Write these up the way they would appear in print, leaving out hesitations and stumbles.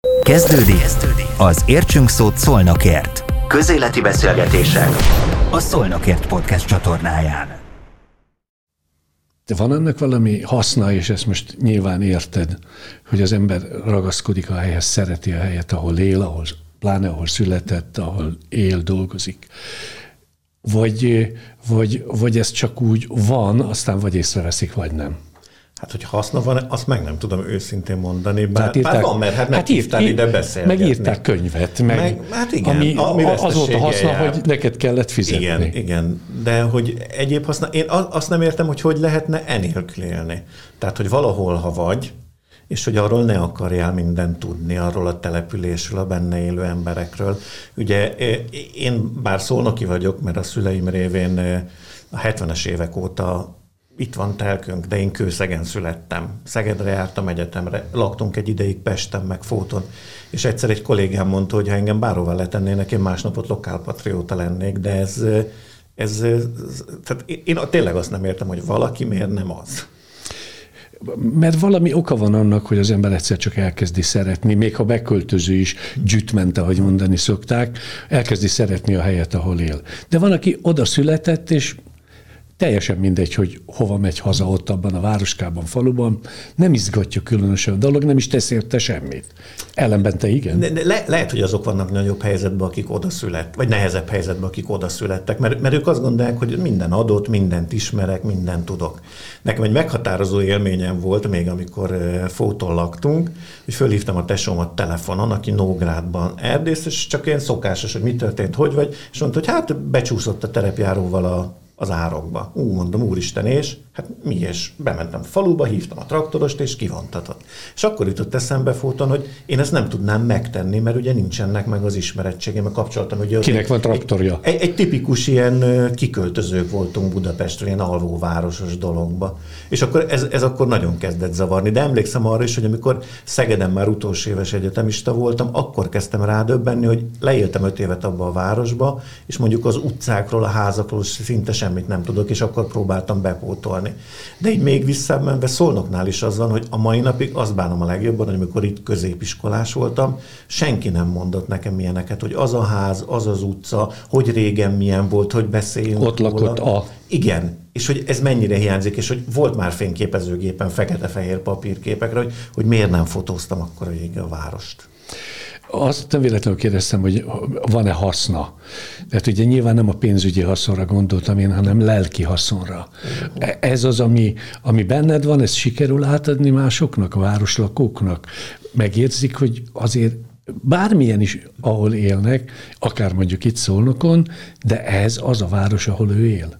Kezdődik az Értsünk Szót Szolnokért. Közéleti beszélgetések a Szolnokért podcast csatornáján. De van ennek valami haszna, és ezt most nyilván érted, hogy az ember ragaszkodik a helyhez, szereti a helyet, ahol él, pláne ahol született, ahol él, dolgozik. Vagy ez csak úgy van, aztán vagy észreveszik, vagy nem. Hát, hogy haszna van, azt meg nem tudom őszintén mondani, bár van, mert meghívtál ide beszélgetni. Megírták könyvet, hát igen, ami az volt a haszna, hogy neked kellett fizetni. Igen, de hogy egyéb haszna, én azt nem értem, hogy lehetne enélkül élni. Tehát, hogy valahol, ha vagy, és hogy arról ne akarjál mindent tudni, arról a településről, a benne élő emberekről. Ugye én bár szolnoki vagyok, mert a szüleim révén a 70-es évek óta itt van telkünk, de én Kőszegen születtem. Szegedre jártam egyetemre, laktunk egy ideig Pesten, meg Fóton, és egyszer egy kollégám mondta, hogy ha engem bárhova letennének, én másnapot lokálpatrióta lennék, de tehát én tényleg azt nem értem, hogy valaki miért nem az. Mert valami oka van annak, hogy az ember egyszer csak elkezdi szeretni, még ha beköltöző is gyütment, ahogy mondani szokták, elkezdi szeretni a helyet, ahol él. De van, aki oda született, és teljesen mindegy, hogy hova megy haza ott abban a városkában, faluban, nem izgatja különösen a dolog, nem is tesz érte semmit. Ellenben te igen? Lehet, hogy azok vannak nagyobb helyzetben, akik oda születtek, vagy nehezebb helyzetben, akik oda születtek, mert ők azt gondolják, hogy minden adott, mindent ismerek, mindent tudok. Nekem egy meghatározó élményem volt, még amikor Fóton laktunk, hogy fölhívtam a tesómat telefonon, aki Nógrádban erdész, és csak ilyen szokásos, hogy mi történt, hogy vagy, és mondta, hogy hát becsúszott a terepjáróval az árokba. Mondom, úristen, és hát mi is? Bementem faluba, hívtam a traktorost, és kivontatott. És akkor jutott eszembe Fóton, hogy én ezt nem tudnám megtenni, mert ugye nincsenek meg az ismerettségem, mert kapcsoltam, hogy... Kinek van traktorja? Egy tipikus ilyen kiköltözők voltunk Budapestről, ilyen alvóvárosos dologba. És akkor ez akkor nagyon kezdett zavarni. De emlékszem arra is, hogy amikor Szegeden már utolsó éves egyetemista voltam, akkor kezdtem rádöbbenni, hogy leéltem 5 évet abba a városba, és mondjuk az utcákról, a házakról szinte semmit nem tudok, és akkor próbáltam bepótolni. De így még visszamenve Szolnoknál is az van, hogy a mai napig azt bánom a legjobban, hogy amikor itt középiskolás voltam, senki nem mondott nekem milyeneket, hogy az a ház, az az utca, hogy régen milyen volt, hogy beszéljünk ott lakott a... Igen, és hogy ez mennyire hiányzik, és hogy volt már fényképezőgépen fekete-fehér papírképekre, hogy miért nem fotóztam akkor végig a várost. Azt nem véletlenül kérdeztem, hogy van-e haszna. Tehát ugye nyilván nem a pénzügyi haszonra gondoltam én, hanem lelki haszonra. Ez az, ami benned van, ezt sikerül átadni másoknak, a városlakóknak. Megérzik, hogy azért bármilyen is, ahol élnek, akár mondjuk itt Szolnokon, de ez az a város, ahol ő él.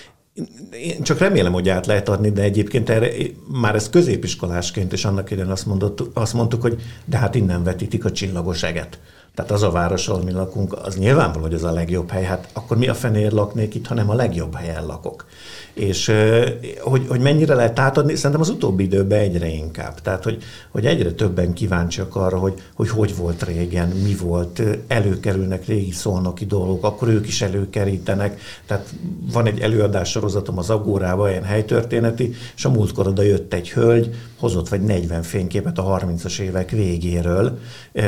Én csak remélem, hogy át lehet adni, de egyébként erre már ez középiskolásként, és annak idején azt mondtuk, hogy de hát innen vetítik a csillagos eget. Tehát az a város, ahol mi lakunk, az nyilvánvaló, hogy az a legjobb hely. Hát akkor mi a fenér laknék itt, hanem a legjobb helyen lakok. És hogy mennyire lehet átadni, szerintem az utóbbi időben egyre inkább. Tehát, hogy egyre többen kíváncsiak arra, hogy volt régen, mi volt, előkerülnek régi szolnoki dolgok, akkor ők is előkerítenek. Tehát van egy előadássorozatom az Agórában, ilyen helytörténeti, és a múltkor oda jött egy hölgy, hozott vagy 40 fényképet a 30-as évek végéről,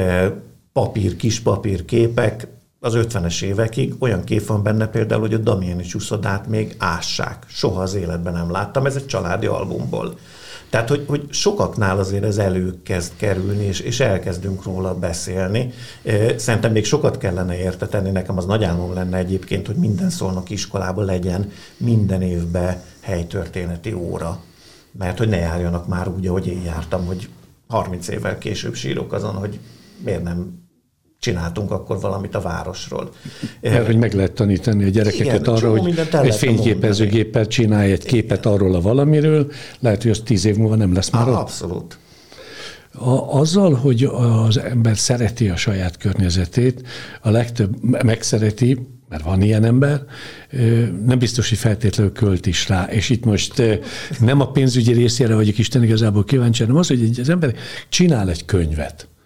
kis papírképek az 50-es évekig, olyan kép van benne például, hogy a Damiani úszodát még ássák. Soha az életben nem láttam, ez egy családi albumból. Tehát, hogy sokaknál azért ez előkezd kerülni, és elkezdünk róla beszélni. Szerintem még sokat kellene érteteni, nekem az nagy álmom lenne egyébként, hogy minden szolnoki iskolában legyen minden évben helytörténeti óra. Mert hogy ne járjanak már úgy, ahogy én jártam, hogy 30 évvel később sírok azon, hogy miért nem csináltunk akkor valamit a városról. Mert hogy meg lehet tanítani a gyerekeket arra, hogy egy fényképezőgéppel csinálj egy képet arról a valamiről, lehet, hogy az 10 év múlva nem lesz már ott. Abszolút. Azzal, hogy az ember szereti a saját környezetét, a legtöbb megszereti, mert van ilyen ember, nem biztos, hogy feltétlenül költ is rá. És itt most nem a pénzügyi részére vagyok Isten igazából kíváncsi, hanem az, hogy az ember csinál egy könyvet.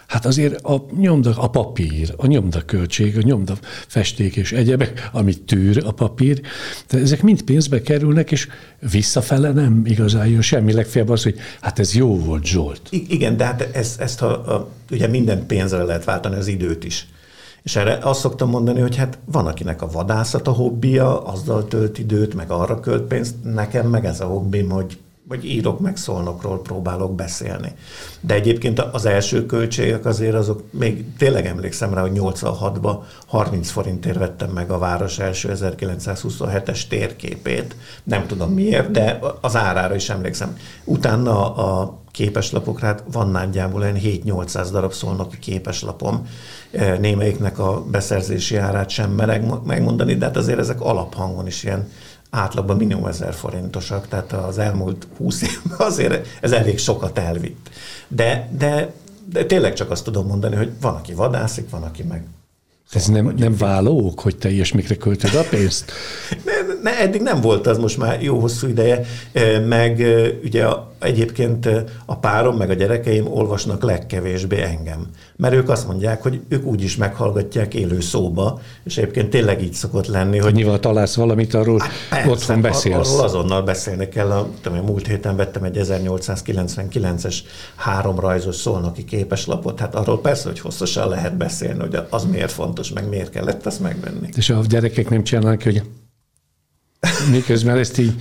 Hát azért a papír, a nyomdaköltség, a nyomdafesték és egyebek, amit tűr a papír, de ezek mind pénzbe kerülnek, és visszafele nem igazán jön semmi, legfeljebb az, hogy hát ez jó volt, Zsolt. Igen, de hát ezt ugye minden pénzre lehet váltani, az időt is. És erre azt szoktam mondani, hogy hát van, akinek a vadászat a hobbija, azzal tölt időt, meg arra költ pénzt, nekem meg ez a hobbim, hogy írok, meg Szolnokról próbálok beszélni. De egyébként az első költségek azért azok, még tényleg emlékszem rá, hogy 86-ban 30 forintért vettem meg a város első 1927-es térképét. Nem tudom miért, de az árára is emlékszem. Utána a képeslapokra, hát van nagyjából olyan 7-800 darab szolnoki képeslapom. Némelyiknek a beszerzési árát sem mereg megmondani, de hát azért ezek alaphangon is ilyen átlagban minimum 1000 forintosak, tehát az elmúlt 20 évben azért ez elég sokat elvitt. De tényleg csak azt tudom mondani, hogy van, aki vadászik, van, aki meg... Ez nem váló ok, hogy te ilyesmikre költöd a pénzt? Eddig nem volt az, most már jó hosszú ideje, meg ugye egyébként a párom, meg a gyerekeim olvasnak legkevésbé engem. Mert ők azt mondják, hogy ők úgyis meghallgatják élő szóba, és egyébként tényleg így szokott lenni, hogy... Nyilván találsz valamit, arról persze, otthon beszélsz. Arról azonnal beszélni kell. A múlt héten vettem egy 1899-es 3 rajzos szolnoki képeslapot, hát arról persze, hogy hosszasan lehet beszélni, hogy az miért fontos, meg miért kellett azt megvenni. És a gyerekek nem csinálnak, hogy miközben ezt így...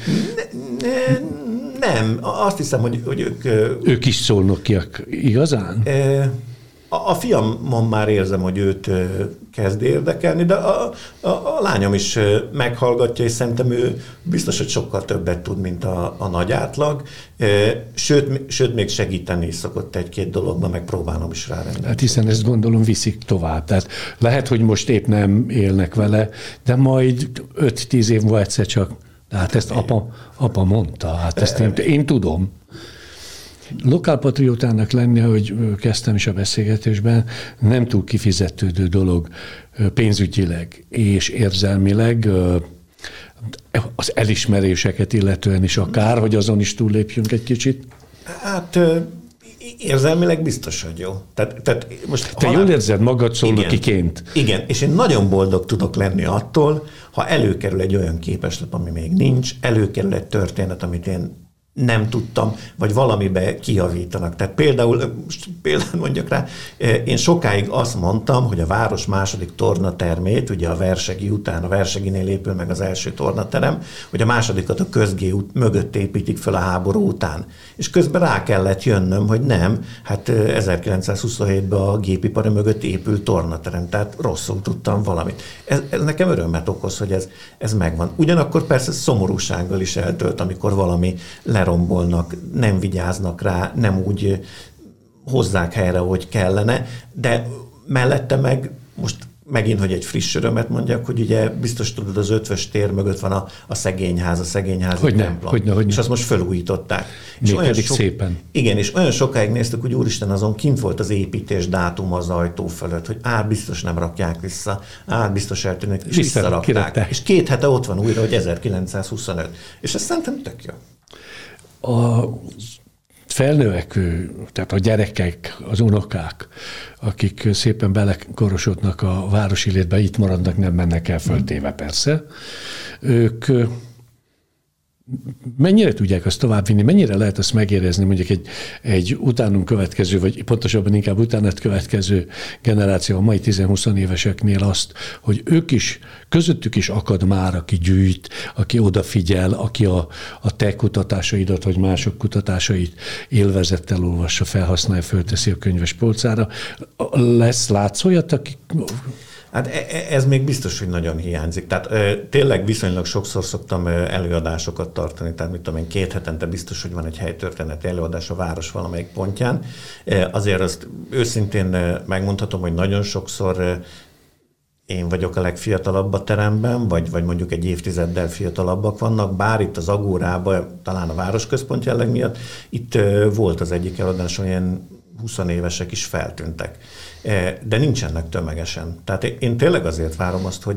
Nem, azt hiszem, hogy ők... Ők is szolnokiak, igazán? A fiamon már érzem, hogy őt kezd érdekelni, de a lányom is meghallgatja, és szerintem ő biztos, hogy sokkal többet tud, mint a nagy átlag. Sőt, még segíteni is szokott egy-két dologban, meg próbálom is rárendelni. Hát hiszen ezt gondolom viszik tovább. Tehát lehet, hogy most épp nem élnek vele, de majd 5-10 év múlva egyszer csak. Hát ezt apa mondta, hát ezt én tudom. Lokálpatriótának lenni, ahogy kezdtem is a beszélgetésben, nem túl kifizetődő dolog pénzügyileg és érzelmileg, az elismeréseket illetően is akár, hogy azon is túllépjünk egy kicsit. Hát érzelmileg biztos, hogy jó. Tehát most te jól érzed magad szolnokiként? Igen, és én nagyon boldog tudok lenni attól, ha előkerül egy olyan képeslap, ami még nincs, előkerül egy történet, amit én nem tudtam, vagy valamibe kijavítanak. Tehát például mondjak rá, én sokáig azt mondtam, hogy a város második tornatermét, ugye a Versegi után, a Verseginél épül meg az első tornaterem, hogy a másodikat a Közgé út mögött építik fel a háború után. És közben rá kellett jönnöm, hogy nem, hát 1927-ben a gépipari mögött épült tornaterem, tehát rosszul tudtam valamit. Ez nekem örömet okoz, hogy ez megvan. Ugyanakkor persze szomorúsággal is eltölt, amikor valami lerombolnak, nem vigyáznak rá, nem úgy hozzák helyre, hogy kellene, de mellette meg most megint, hogy egy friss örömet mondjak, hogy ugye biztos tudod, az Ötvös tér mögött van a szegényházi templom. Hogyne. És azt most felújították. Még pedig szépen. Igen, és olyan sokáig néztük, hogy úristen, azon kint volt az építés dátum az ajtó fölött, hogy biztos nem rakják vissza, biztos eltűnnek, és visszarakták. És 2 hete ott van újra, hogy 1925. És ezt szerintem tök jó. A felnövekvő, tehát a gyerekek, az unokák, akik szépen belekorosodnak a városi létbe, itt maradnak, nem mennek el föltéve persze, ők mennyire tudják azt továbbvinni, mennyire lehet azt megérezni mondjuk egy utánunk következő, vagy pontosabban inkább utánat következő generáció, a mai 10-20 éveseknél azt, hogy ők is, közöttük is akad már, aki gyűjt, aki odafigyel, aki a te kutatásaidat, vagy mások kutatásait élvezettel olvassa, felhasználja, fölteszi a könyves polcára. Látsz olyat, akik... Hát ez még biztos, hogy nagyon hiányzik. Tehát tényleg viszonylag sokszor szoktam előadásokat tartani, tehát mit tudom én, 2 hetente biztos, hogy van egy helytörténeti előadás a város valamelyik pontján. Azért azt őszintén megmondhatom, hogy nagyon sokszor én vagyok a legfiatalabb a teremben, vagy mondjuk egy évtizeddel fiatalabbak vannak, bár itt az Agórában, talán a városközpont jelleg miatt, itt volt az egyik előadáson, ilyen 20 évesek is feltűntek. De nincsenek tömegesen. Tehát én tényleg azért várom azt,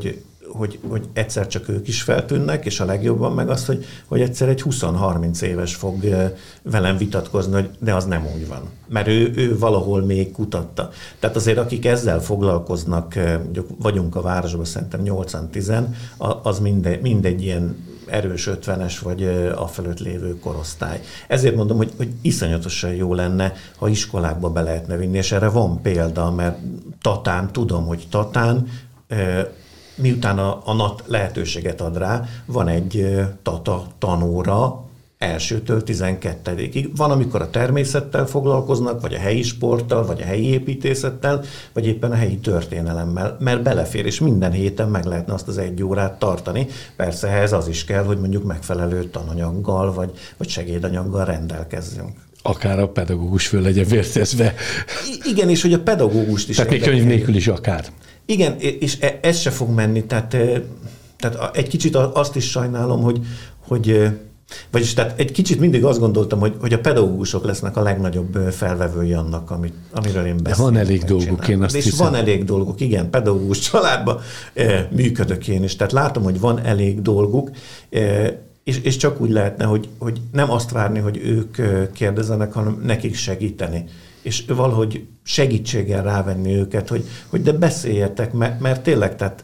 hogy egyszer csak ők is feltűnnek, és a legjobban meg az, hogy egyszer egy 20-30 éves fog velem vitatkozni, hogy de az nem úgy van. Mert ő valahol még kutatta. Tehát azért akik ezzel foglalkoznak, vagyunk a városban szerintem 8-10, az mindegy ilyen erős 50-es vagy afölött lévő korosztály. Ezért mondom, hogy iszonyatosan jó lenne, ha iskolákba be lehetne vinni, és erre van példa, mert Tatán, tudom, hogy Tatán, miután a NAT lehetőséget ad rá, van egy Tata tanóra, 1-től 12-ig. Van, amikor a természettel foglalkoznak, vagy a helyi sporttal, vagy a helyi építészettel, vagy éppen a helyi történelemmel, mert belefér, és minden héten meg lehetne azt az 1 órát tartani. Persze ehhez az is kell, hogy mondjuk megfelelő tananyaggal, vagy segédanyaggal rendelkezzünk. Akár a pedagógus föl legyen vértezve. Igen, és hogy a pedagógust is... Tehát még könyv nélkül is akár. Igen, és ez se fog menni. Tehát egy kicsit azt is sajnálom, vagyis tehát egy kicsit mindig azt gondoltam, hogy a pedagógusok lesznek a legnagyobb felvevői annak, amiről én beszélek. De van elég dolguk, én azt hiszem. Van elég dolguk, igen, pedagógus családban működök én is. Tehát látom, hogy van elég dolguk, és csak úgy lehetne, hogy nem azt várni, hogy ők kérdezzenek, hanem nekik segíteni. És valahogy segítséggel rávenni őket, hogy de beszéljetek, mert tényleg, tehát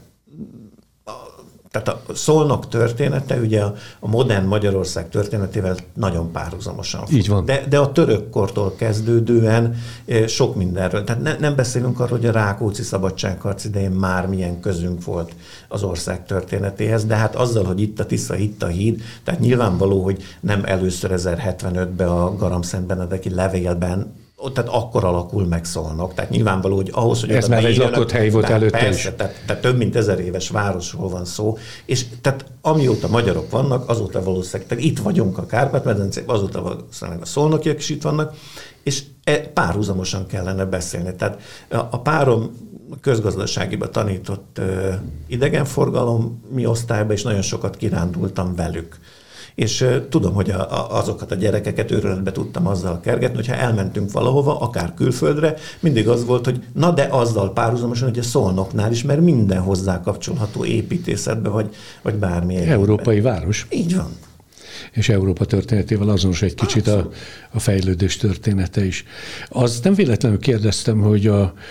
a Szolnok története ugye a modern Magyarország történetével nagyon párhuzamosan fog. Így van. De a török kortól kezdődően sok mindenről. Tehát nem beszélünk arról, hogy a Rákóczi szabadságharc idején már milyen közünk volt az ország történetéhez, de hát azzal, hogy itt a Tisza, itt a híd, tehát nyilvánvaló, hogy nem először 1075-ben a Garamszentbenedeki levélben, tehát akkor alakul meg Szolnok. Tehát nyilvánvaló, hogy ahhoz, hogy... Ez már egy lakott hely volt előtte persze, is. Tehát több mint 1000 éves városról van szó, és tehát amióta magyarok vannak, azóta valószínűleg, tehát itt vagyunk a Kárpát-medencében, azóta valószínűleg a szolnokiak is itt vannak, és párhuzamosan kellene beszélni. Tehát a párom közgazdaságiba tanított idegenforgalmi osztályba, és nagyon sokat kirándultam velük. És tudom, hogy azokat a gyerekeket őrületbe tudtam azzal kergetni, hogyha elmentünk valahova, akár külföldre, mindig az volt, hogy na de azzal párhuzamosan, hogy a Szolnoknál is, mert minden hozzá kapcsolható építészetbe, vagy bármilyen. Európai város. Így van. És Európa történetével azonos egy kicsit a fejlődés története is. Azt nem véletlenül kérdeztem, hogy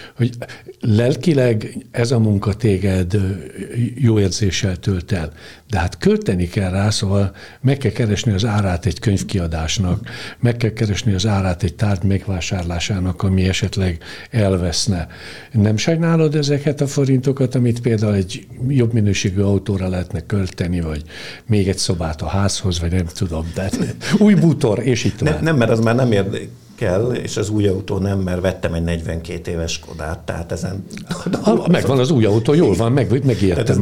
lelkileg ez a munka téged jó érzéssel tölt el, de hát költeni kell rá, szóval meg kell keresni az árát egy könyvkiadásnak, meg kell keresni az árát egy tárgy megvásárlásának, ami esetleg elveszne. Nem sajnálod ezeket a forintokat, amit például egy jobb minőségű autóra lehetne költeni, vagy még egy szobát a házhoz, vagy nem tudom, de új bútor, és így tovább. Nem, mert az már nem érdekel, és az új autó nem, mert vettem egy 42 éves Skodát, tehát ezen... Megvan az új autó, jól van, megijedtem.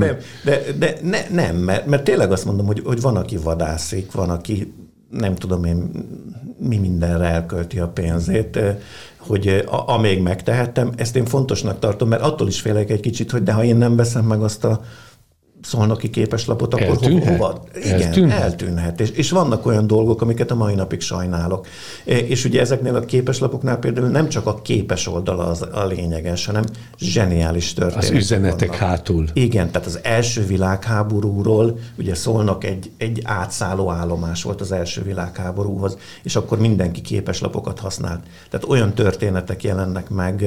Nem, mert tényleg azt mondom, hogy van, aki vadászik, van, aki nem tudom én mi mindenre elkölti a pénzét, hogy amíg megtehettem, ezt én fontosnak tartom, mert attól is félek egy kicsit, hogy de ha én nem veszem meg azt a szolnoki képeslapot, akkor hova? Igen, eltűnhet. És vannak olyan dolgok, amiket a mai napig sajnálok. És ugye ezeknél a képeslapoknál például nem csak a képes oldala a lényeges, hanem zseniális történetek. Az üzenetek vannak. hátul. Igen, tehát az első világháborúról, ugye Szolnok egy átszálló állomás volt az első világháborúhoz, és akkor mindenki képeslapokat használt. Tehát olyan történetek jelennek meg,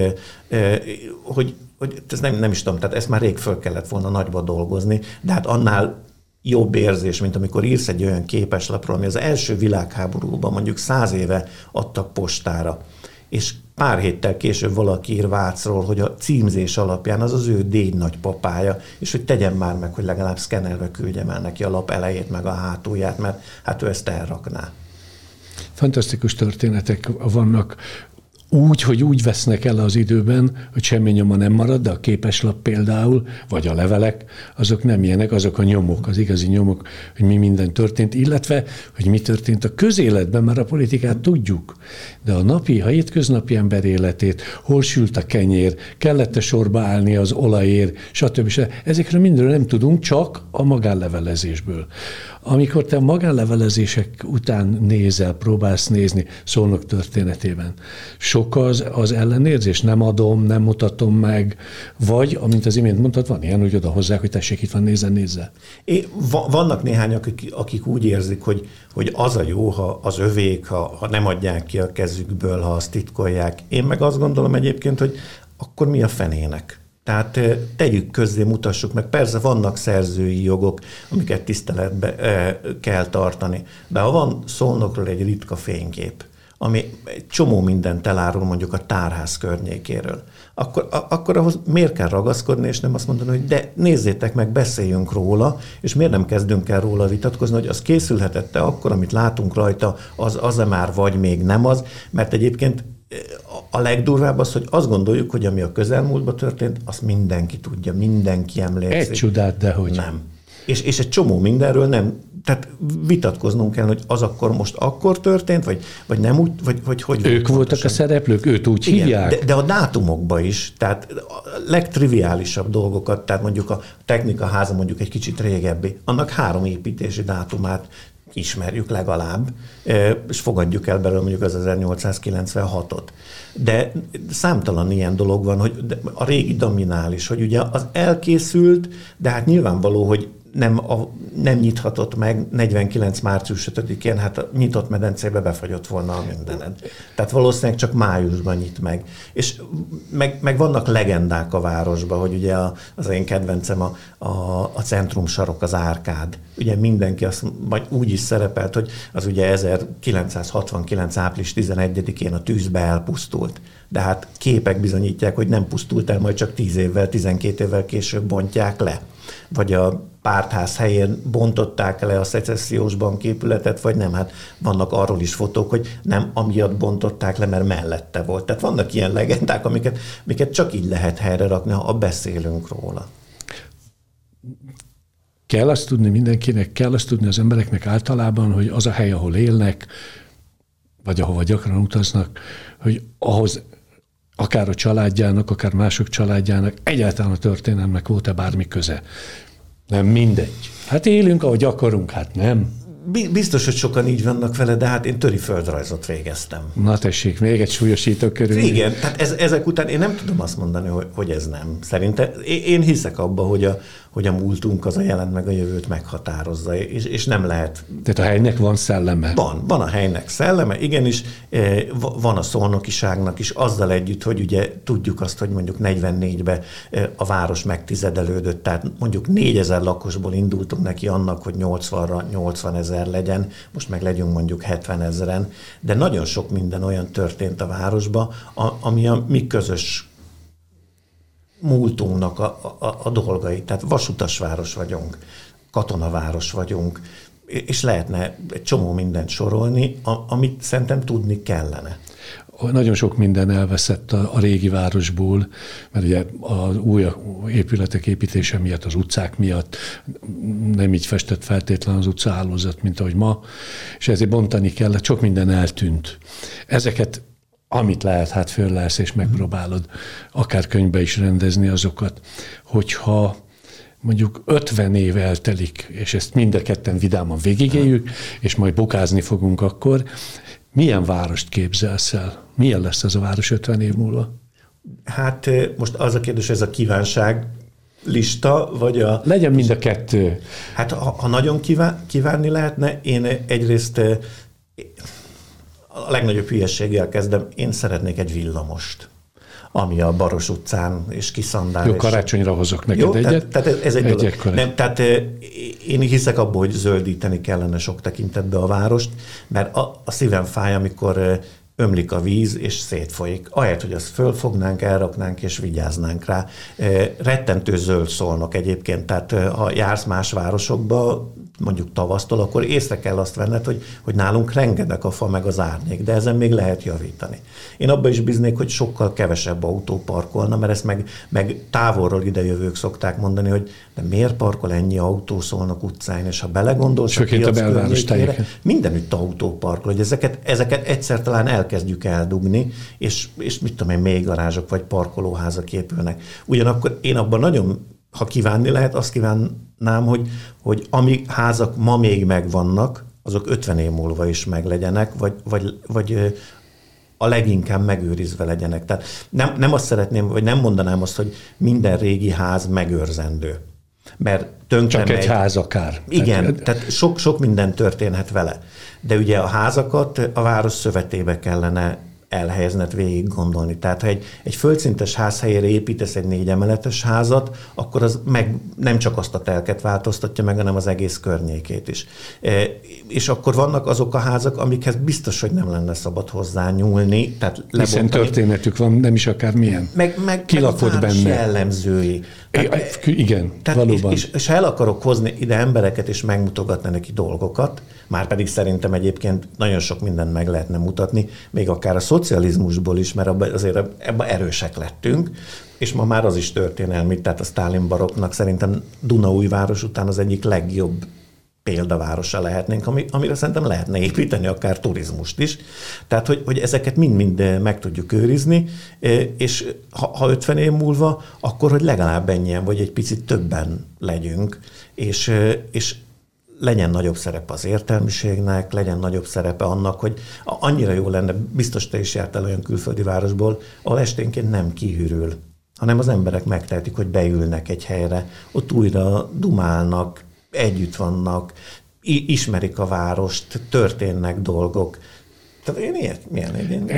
hogy ez nem is tudom, tehát ezt már rég föl kellett volna nagyba dolgozni, de hát annál jobb érzés, mint amikor írsz egy olyan képeslapról, ami az első világháborúban mondjuk 100 éve adtak postára, és pár héttel később valaki ír Vácról, hogy a címzés alapján az az ő déd nagypapája, és hogy tegyen már meg, hogy legalább szkenelve küldjem el neki a lap elejét, meg a hátulját, mert hát ő ezt elrakná. Fantasztikus történetek vannak, úgy vesznek el az időben, hogy semmi nyoma nem marad, de a képeslap például, vagy a levelek, azok nem ilyenek, azok a nyomok, az igazi nyomok, hogy mi minden történt, illetve, hogy mi történt a közéletben, mert a politikát tudjuk, de a hétköznapi ember életét, hol sült a kenyér, kellett-e sorba állni az olajért, stb. Ezekről mindenről nem tudunk, csak a magánlevelezésből. Amikor te a magánlevelezések után próbálsz nézni Szolnok történetében, sok az ellenérzés, nem adom, nem mutatom meg, vagy, amint az imént mondtad, van ilyen, hogy oda hozzák, hogy tessék, itt van, nézze. Vannak néhány, akik úgy érzik, hogy az a jó, ha az övék, ha nem adják ki a kezükből, ha azt titkolják. Én meg azt gondolom egyébként, hogy akkor mi a fenének? Tehát tegyük közzé, mutassuk meg. Persze vannak szerzői jogok, amiket tiszteletbe kell tartani, de ha van Szolnokról egy ritka fénykép, ami egy csomó mindent elárul mondjuk a tárház környékéről, akkor ahhoz miért kell ragaszkodni, és nem azt mondani, hogy de nézzétek meg, beszéljünk róla, és miért nem kezdünk el róla vitatkozni, hogy az készülhetett-e akkor, amit látunk rajta, az-e már vagy még nem az, mert egyébként a legdurvább az, hogy azt gondoljuk, hogy ami a közelmúltban történt, azt mindenki tudja, mindenki emlékszik. Egy csodát, de hogy. Nem. És egy csomó mindenről nem, tehát vitatkoznunk kell, hogy az akkor történt, vagy nem úgy, vagy hogy... Ők voltak a szereplők, őt úgy hívják? De a dátumokban is, tehát a legtriviálisabb dolgokat, tehát mondjuk a Technikaháza mondjuk egy kicsit régebbi, annak 3 építési dátumát ismerjük legalább, és fogadjuk el belőle mondjuk az 1896-ot. De számtalan ilyen dolog van, hogy a régi dominális, hogy ugye az elkészült, de hát nyilvánvaló, hogy nem nyithatott meg 49. március 5-én, hát a nyitott medencébe befagyott volna a mindened. Tehát valószínűleg csak májusban nyit meg. És meg vannak legendák a városban, hogy ugye az én kedvencem a centrumsarok, az árkád. Ugye mindenki azt vagy úgy is szerepelt, hogy az ugye 1969. április 11-én a tűzbe elpusztult. De hát képek bizonyítják, hogy nem pusztult el, majd csak 10 évvel, 12 évvel később bontják le. Vagy a pártház helyén bontották le a szecessziós banképületet, vagy nem. Hát vannak arról is fotók, hogy nem amiatt bontották le, mert mellette volt. Tehát vannak ilyen legendák, amiket csak így lehet helyre rakni, ha beszélünk róla. Kell azt tudni mindenkinek, kell azt tudni az embereknek általában, hogy az a hely, ahol élnek, vagy ahova gyakran utaznak, hogy ahhoz akár a családjának, akár mások családjának egyáltalán a történelmnek volt-e bármi köze. Nem mindegy. Hát élünk, ahogy akarunk, hát nem. Biztos, hogy sokan így vannak vele, de hát én töri földrajzot végeztem. Na tessék, még egy súlyosító körül. Igen, tehát ezek után én nem tudom azt mondani, hogy ez nem. Szerintem én hiszek abba, hogy a múltunk az a jelent meg a jövőt meghatározza, és nem lehet... Tehát a helynek van szelleme? Van a helynek szelleme, igenis, van a szolnokiságnak is, azzal együtt, hogy ugye tudjuk azt, hogy mondjuk 44-ben a város megtizedelődött, tehát mondjuk 4000 lakosból indultunk neki annak, hogy 80-ra 80 000 legyen, most meg legyünk mondjuk 70 000-en, de nagyon sok minden olyan történt a városba, ami a mi közös múltunknak a dolgai. Tehát vasutasváros vagyunk, katonaváros vagyunk, és lehetne egy csomó mindent sorolni, amit szerintem tudni kellene. Nagyon sok minden elveszett a régi városból, mert ugye az új épületek építése miatt, az utcák miatt nem így festett feltétlen az utcahálózat, mint ahogy ma, és ezért bontani kellett, sok minden eltűnt. Ezeket, amit lehet, hát föllelsz és megpróbálod akár könyvbe is rendezni azokat, hogyha mondjuk 50 év eltelik, és ezt mind a ketten vidáman végigéljük, és majd bukázni fogunk akkor, milyen várost képzelsz el? Milyen lesz ez a város 50 év múlva? Hát most az a kérdés, ez a kívánság lista, vagy a... Legyen mind a kettő. Hát ha nagyon kívánni lehetne, én egyrészt a legnagyobb hülyességgel kezdem, én szeretnék egy villamost, ami a Baros utcán és kiszandál. Jó, karácsonyra hozok neked egyet. Tehát ez egy dolog. Nem, tehát én hiszek abból, hogy zöldíteni kellene sok tekintetben a várost, mert a szívem fáj, amikor ömlik a víz és szétfolyik. Ahelyett, hogy azt fölfognánk, elraknánk és vigyáznánk rá. Rettentő zöld Szolnok egyébként, tehát ha jársz más városokba, mondjuk tavasztól, akkor észre kell azt venned, hogy nálunk rengeteg a fa meg az árnyék, de ezen még lehet javítani. Én abban is bíznék, hogy sokkal kevesebb autó parkolna, mert ezt meg távolról idejövők szokták mondani, hogy de miért parkol ennyi autó Szolnok utcán, és ha belegondolsz a piac környékére, mindenütt autó parkol, hogy ezeket egyszer talán elkezdjük eldugni, és mit tudom én, mély garázsok vagy parkolóházak épülnek. Ugyanakkor én abban nagyon, ha kívánni lehet, azt kívánnám, hogy ami házak ma még megvannak, azok 50 év múlva is meglegyenek, vagy a leginkább megőrizve legyenek. Tehát nem azt szeretném, vagy nem mondanám azt, hogy minden régi ház megőrzendő. Mert tönkre csak egy ház akár. Igen, tehát sok minden történhet vele. De ugye a házakat a város szövetébe kellene elhelyezned, végig gondolni. Tehát ha egy földszintes ház helyére építesz egy 4 emeletes házat, akkor az meg nem csak azt a telket változtatja meg, hanem az egész környékét is. És akkor vannak azok a házak, amikhez biztos, hogy nem lenne szabad hozzányúlni. Tehát hiszen történetük van, nem is akármilyen. Meg kilakott benne. Jellemzői. Igen, valóban. És ha el akarok hozni ide embereket, és megmutogatni neki dolgokat, már pedig szerintem egyébként nagyon sok mindent meg lehetne mutatni, még akár a szocializmusból is, mert azért ebben erősek lettünk, és ma már az is történelmi, tehát a Sztálin barokknak szerintem Dunaújváros után az egyik legjobb példavárosa lehetnénk, amire szerintem lehetne építeni akár turizmust is. Tehát, hogy ezeket mind-mind meg tudjuk őrizni, és ha 50 év múlva, akkor, hogy legalább ennyien, vagy egy picit többen legyünk, és legyen nagyobb szerepe az értelmiségnek, legyen nagyobb szerepe annak, hogy annyira jó lenne, biztos te is jártál olyan külföldi városból, ahol esténként nem kihűrül, hanem az emberek megtehetik, hogy beülnek egy helyre, ott újra dumálnak, együtt vannak, ismerik a várost, történnek dolgok. Tehát milyen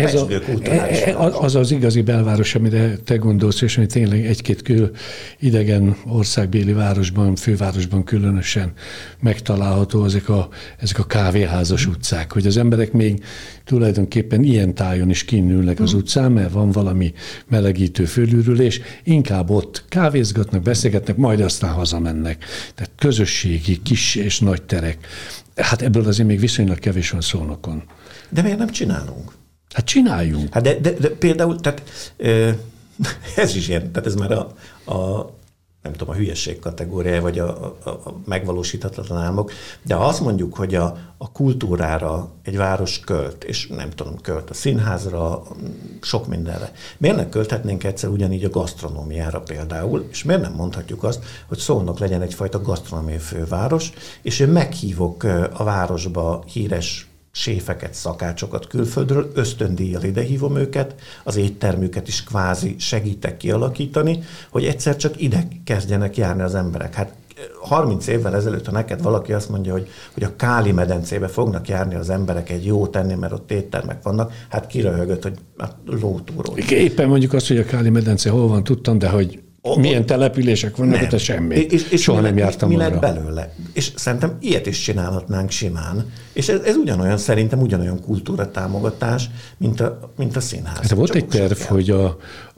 az az igazi belváros, amire te gondolsz, és ami tényleg egy-két idegen országbéli városban, fővárosban különösen megtalálható ezek a kávéházas utcák, hogy az emberek még tulajdonképpen ilyen tájon is kinnülnek az utcán, mert van valami melegítő fölülülés, inkább ott kávézgatnak, beszélgetnek, majd aztán hazamennek. Tehát közösségi, kis és nagy terek. Hát ebből azért még viszonylag kevés van Szolnokon. De miért nem csinálunk? Hát csináljunk. Hát de például, tehát ez is ilyen, tehát ez már nem tudom, a hülyesség kategóriája, vagy a megvalósíthatatlan álmok, de ha azt mondjuk, hogy a kultúrára egy város költ, és nem tudom, költ a színházra, sok mindenre, miért nem költhetnénk egyszer ugyanígy a gasztronómiára például, és miért nem mondhatjuk azt, hogy Szolnok legyen egyfajta gasztronómiai főváros, és én meghívok a városba híres séfeket, szakácsokat külföldről, ösztöndíjjal idehívom őket, az éttermüket is kvázi segítek kialakítani, hogy egyszer csak ide kezdjenek járni az emberek. Hát 30 évvel ezelőtt, ha neked valaki azt mondja, hogy a Káli medencébe fognak járni az emberek egy jót tenni, mert ott éttermek vannak, hát kiröhögött, hogy lótúró. Éppen mondjuk azt, hogy a Káli medence hol van, tudtam, de hogy milyen települések vannak, ott semmi. És soha nem jártam mi arra. lett belőle? És szerintem ilyet is csinálhatnánk simán. És ez szerintem ugyanolyan kultúra támogatás, mint a színház. Hát volt egy terv, hogy a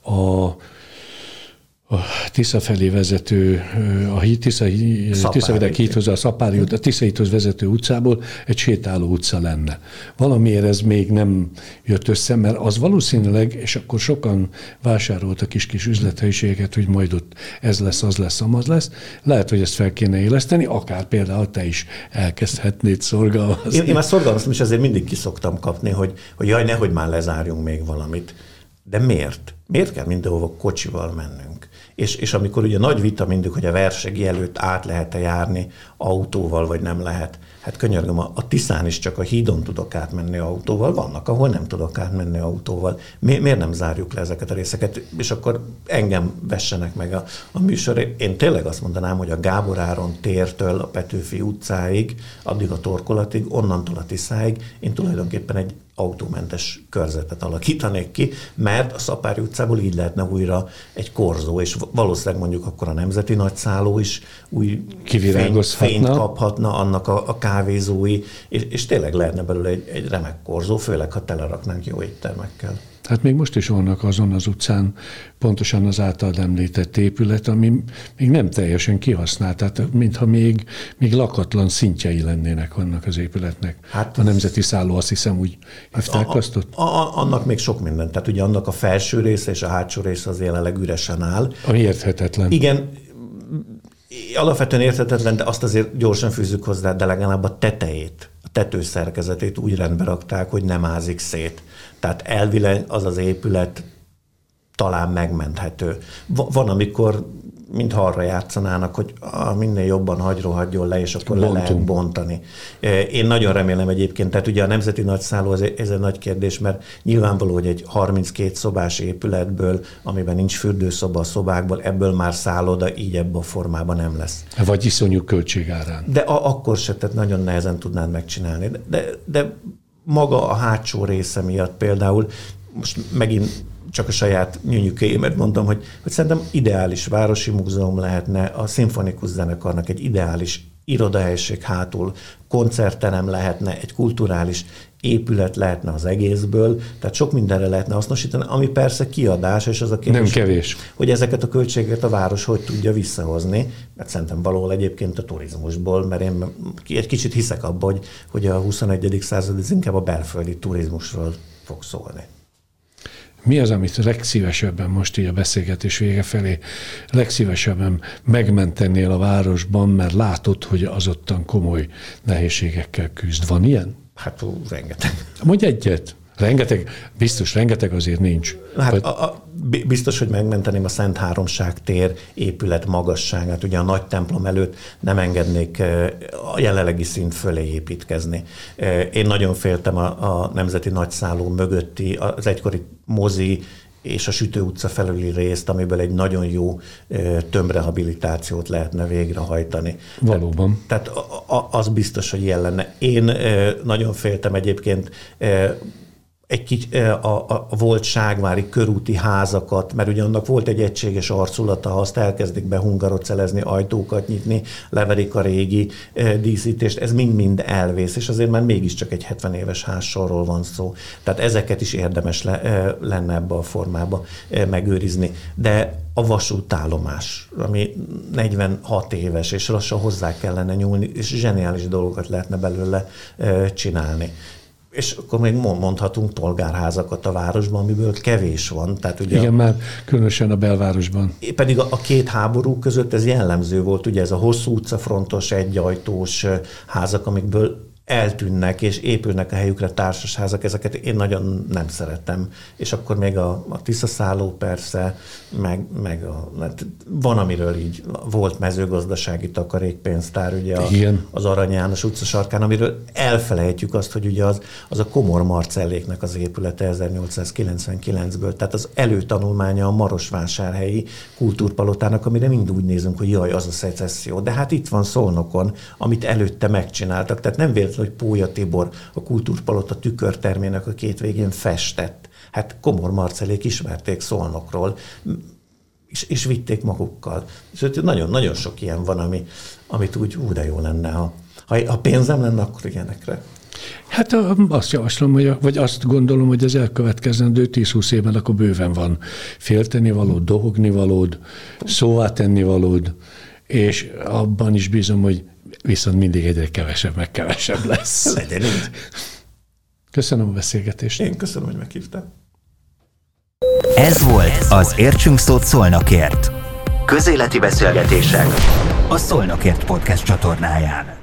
Tisza felé vezető, a Tiszavidek hídhoz, a Szapári út, a Tisza hídhoz vezető utcából egy sétáló utca lenne. Valamiért ez még nem jött össze, mert az valószínűleg, és akkor sokan vásároltak kis üzlethelyiségeket, hogy majd ott ez lesz, az lesz, amaz lesz. Lehet, hogy ezt fel kéne éleszteni, akár például te is elkezdhetnéd szorgalmazni. Én már szorgalmaztam, és ezért mindig kiszoktam kapni, hogy jaj, nehogy már lezárjunk még valamit. De miért? Miért kell mindenhova kocsival mennünk? És amikor ugye nagy vita mindig, hogy a versegi előtt át lehet-e járni autóval, vagy nem lehet. Hát könyörgöm, a Tiszán is csak a hídon tudok átmenni autóval, vannak, ahol nem tudok átmenni autóval. Miért nem zárjuk le ezeket a részeket? És akkor engem vessenek meg a műsor. Én tényleg azt mondanám, hogy a Gábor Áron tértől a Petőfi utcáig, addig a Torkolatig, onnantól a Tiszáig én tulajdonképpen egy autómentes körzetet alakítanék ki, mert a Szapári utcából így lehetne újra egy korzó, és valószínűleg mondjuk akkor a Nemzeti Nagyszálló is új fényt kaphatna, annak a kávézói, és tényleg lehetne belőle egy remek korzó, főleg ha teleraknánk jó éttermekkel. Hát még most is vannak azon az utcán pontosan az általad említett épület, ami még nem teljesen kihasznált, tehát mintha még lakatlan szintjei lennének annak az épületnek. Hát a Nemzeti Szálló, azt hiszem, úgy hívták azt ott? Annak még sok minden, tehát ugye annak a felső része és a hátsó része az jelenleg üresen áll. Ami érthetetlen. Igen, alapvetően érthetetlen, de azt azért gyorsan fűzzük hozzá, de legalább a tetejét, a tetőszerkezetét úgy rendbe rakták, hogy nem ázik szét. Tehát elvileg az épület talán megmenthető. Van, amikor mintha arra játszanának, hogy minél jobban hagy rohadjon le, és akkor le lehet bontani. Én nagyon remélem egyébként, tehát ugye a nemzeti nagyszálló ez egy nagy kérdés, mert nyilvánvaló, hogy egy 32 szobás épületből, amiben nincs fürdőszoba a szobákból, ebből már szálloda így ebben a formában nem lesz. Vagy iszonyú költségárán. De akkor se, tehát nagyon nehezen tudnád megcsinálni. De maga a hátsó része miatt például, most megint csak a saját nyűnyükéimet mondom, hogy szerintem ideális városi múzeum lehetne, a szimfonikus zenekarnak egy ideális irodahelység hátul, koncertterem lehetne, egy kulturális épület lehetne az egészből, tehát sok mindenre lehetne hasznosítani, ami persze kiadás, és az a kérdés, nem kevés, hogy ezeket a költségeket a város hogy tudja visszahozni, mert szerintem valahol egyébként a turizmusból, mert én egy kicsit hiszek abba, hogy a 21. század ez inkább a belföldi turizmusról fog szólni. Mi az, amit legszívesebben most így a beszélgetés vége felé legszívesebben megmentenél a városban, mert látod, hogy az ottan komoly nehézségekkel küzd. Van ilyen? Hát rengeteg. Mondj egyet. Rengeteg, biztos rengeteg azért nincs. Hát biztos, hogy megmenteném a Szent Háromság tér épület magasságát. Ugye a nagy templom előtt nem engednék a jelenlegi szint fölé építkezni. Én nagyon féltem a Nemzeti Nagyszálló mögötti, az egykori mozi és a Sütő utca felüli részt, amiből egy nagyon jó tömbrehabilitációt lehetne végrehajtani. Valóban. Tehát az biztos, hogy ilyen lenne. Én nagyon féltem egyébként a volt ságvári körúti házakat, mert ugye annak volt egy egységes arculata, ha azt elkezdik behungarocelezni, ajtókat nyitni, leverik a régi díszítést, ez mind-mind elvész, és azért már mégiscsak egy 70 éves házsorról van szó. Tehát ezeket is érdemes lenne ebbe a formába megőrizni. De a vasútállomás, ami 46 éves, és lassan hozzá kellene nyúlni, és zseniális dolgokat lehetne belőle csinálni. És akkor még mondhatunk polgárházakat a városban, amiből kevés van. Tehát ugye igen, már különösen a belvárosban. Pedig a két háború között ez jellemző volt, ugye ez a hosszú utcafrontos, egyajtós házak, amikből eltűnnek és épülnek a helyükre társasházak, ezeket én nagyon nem szeretem. És akkor még a Tiszaszálló persze, meg van, amiről így volt mezőgazdasági takarékpénztár, ugye az Arany János utca sarkán, amiről elfelejtjük azt, hogy ugye az a Komor Marcelléknek az épülete 1899-ből, tehát az előtanulmánya a Marosvásárhelyi kultúrpalotának, amire mind úgy nézünk, hogy jaj, az a szecesszió. De hát itt van Szolnokon, amit előtte megcsináltak, tehát nem véletlen, hogy Pólya Tibor a kultúrpalota tükörtermének a két végén festett. Hát Komor Marcellék ismerték Szolnokról, és vitték magukkal. Szóval nagyon-nagyon sok ilyen van, amit úgy de jó lenne, ha pénzem lenne, akkor ilyenekre. Hát azt javaslom, vagy azt gondolom, hogy az elkövetkezendő 10-20 évben akkor bőven van féltenivalód, dohognivalód, szóvá tennivalód, és abban is bízom, hogy viszont mindig egyre kevesebb, meg kevesebb lesz. Legyen így. Köszönöm a beszélgetést. Én köszönöm, hogy meghívtál. Ez volt az Értsünk Szót Szolnokért. Közéleti beszélgetések a Szolnokért podcast csatornáján.